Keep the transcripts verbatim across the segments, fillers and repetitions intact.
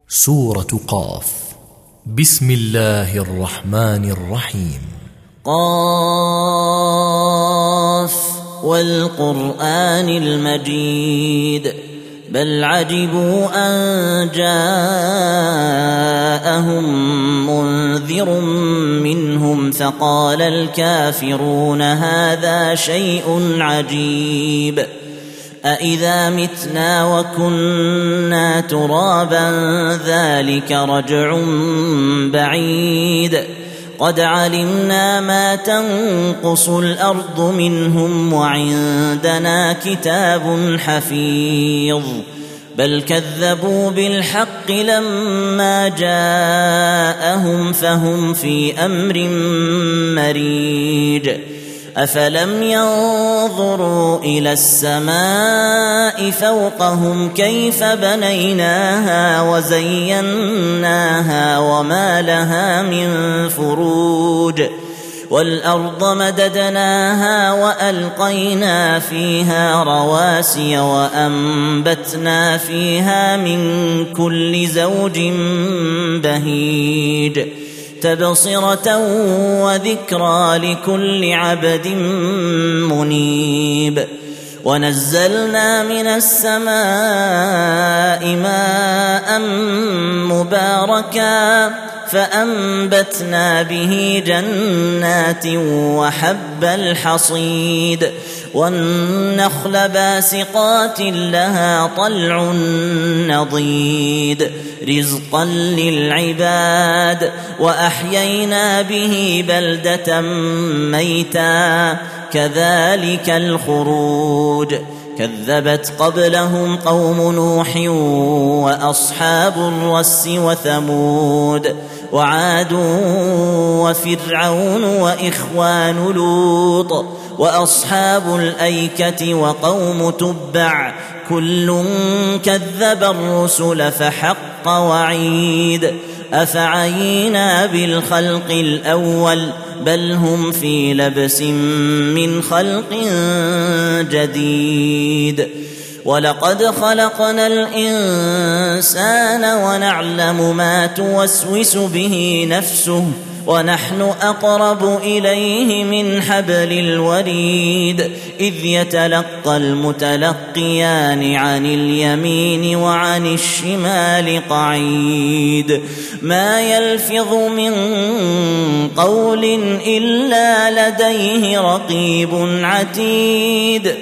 سورة قاف. بسم الله الرحمن الرحيم. قاف والقرآن المجيد بل عجبوا أن جاءهم منذر منهم فقال الكافرون هذا شيء عجيب أإذا متنا وكنا ترابا ذلك رجع بعيد قد علمنا ما تنقص الأرض منهم وعندنا كتاب حفيظ بل كذبوا بالحق لما جاءهم فهم في أمر مريج أفلم ينظروا إلى السماء فوقهم كيف بنيناها وزيناها وما لها من فروج والأرض مددناها وألقينا فيها رواسي وأنبتنا فيها من كل زوج بهيج تبصرة وذكرى لكل عبد منيب ونزلنا من السماء ماء مباركا فأنبتنا به جنات وحب الحصيد والنخل باسقات لها طلع نضيد رزقا للعباد وأحيينا به بلدة ميتا كذلك الخروج كذبت قبلهم قوم نوح وأصحاب الرس وثمود وعاد وفرعون وإخوان لوط وأصحاب الأيكة وقوم تبع كل كذب الرسل فحق وعيد أفعينا بالخلق الأول بل هم في لبس من خلق جديد ولقد خلقنا الإنسان ونعلم ما توسوس به نفسه ونحن أقرب إليه من حبل الوريد إذ يتلقى المتلقيان عن اليمين وعن الشمال قعيد ما يلفظ من قول إلا لديه رقيب عتيد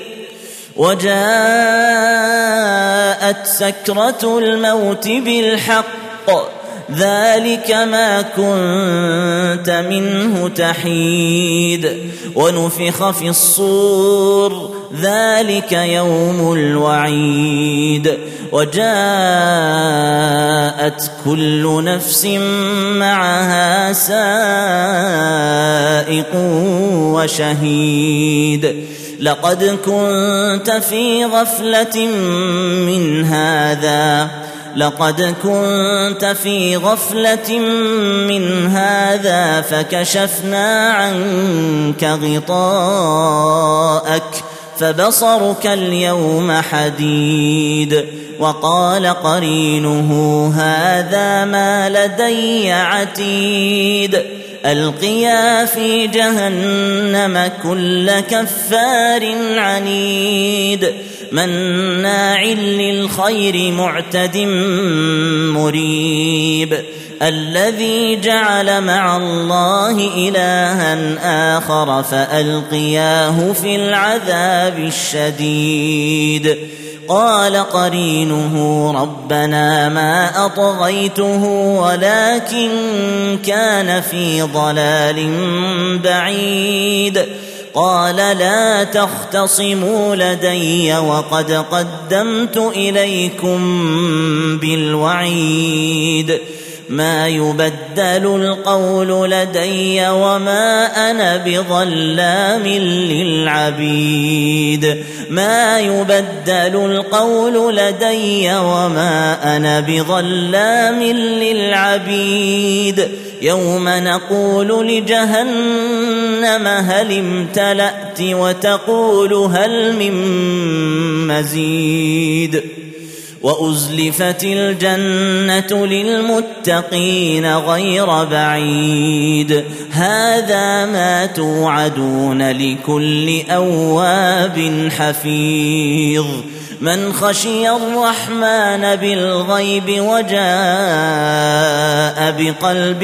وجاءت سكرة الموت بالحق ذلك ما كنت منه تحيد ونفخ في الصور ذلك يوم الوعيد وجاءت كل نفس معها سائق وشهيد لقد كنت في غفلة من هذا لقد كنت في غفلة من هذا فكشفنا عنك غطاءك فبصرك اليوم حديد وقال قرينه هذا ما لدي عتيد ألقيا في جهنم كل كفار عنيد مناع للخير معتد مريب الذي جعل مع الله إلها آخر فألقياه في العذاب الشديد قال قرينه ربنا ما أطغيته ولكن كان في ضلال بعيد قال لا تختصموا لدي وقد قدمت إليكم بالوعيد ما يبدل القول لدي وما أنا بظلام للعبيد ما يبدل القول لدي وما أنا بظلام للعبيد يوم نقول لجهنم هل امتلأت وتقول هل من مزيد وأزلفت الجنة للمتقين غير بعيد هذا ما توعدون لكل أواب حفيظ من خشي الرحمن بالغيب وجاء بقلب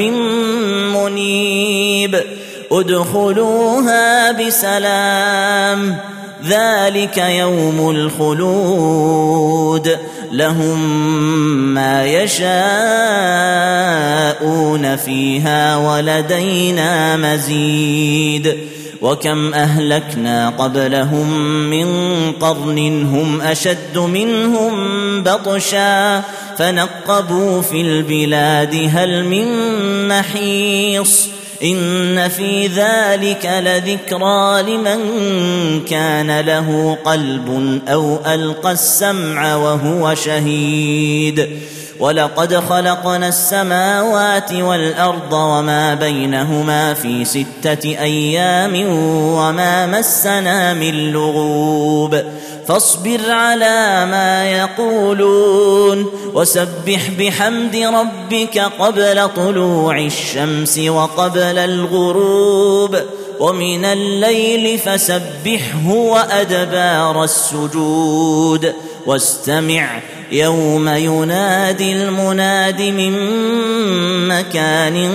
منيب ادخلوها بسلام ذلك يوم الخلود لهم ما يشاءون فيها ولدينا مزيد وكم أهلكنا قبلهم من قرن هم أشد منهم بطشا فنقبوا في البلاد هل من محيص إن في ذلك لذكرى لمن كان له قلب أو ألقى السمع وهو شهيد ولقد خلقنا السماوات والأرض وما بينهما في ستة أيام وما مسنا من لغوب فاصبر على ما يقولون وسبح بحمد ربك قبل طلوع الشمس وقبل الغروب ومن الليل فسبحه وأدبار السجود واستمع يوم ينادي المناد من مكان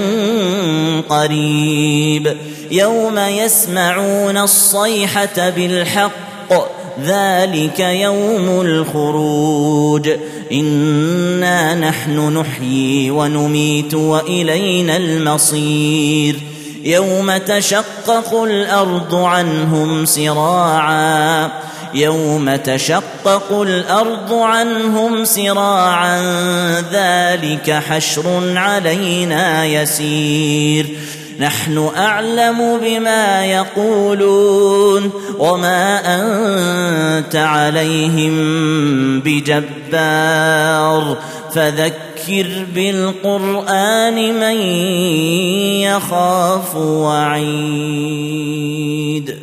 قريب يوم يسمعون الصيحة بالحق ذلك يوم الخروج إنا نحن نحيي ونميت وإلينا المصير يوم تشقق الأرض عنهم سراعا يوم تشقق الأرض عنهم سراعا ذلك حشر علينا يسير نحن أعلم بما يقولون وما أنت عليهم بجبار فذكر بالقرآن من يخاف وعيد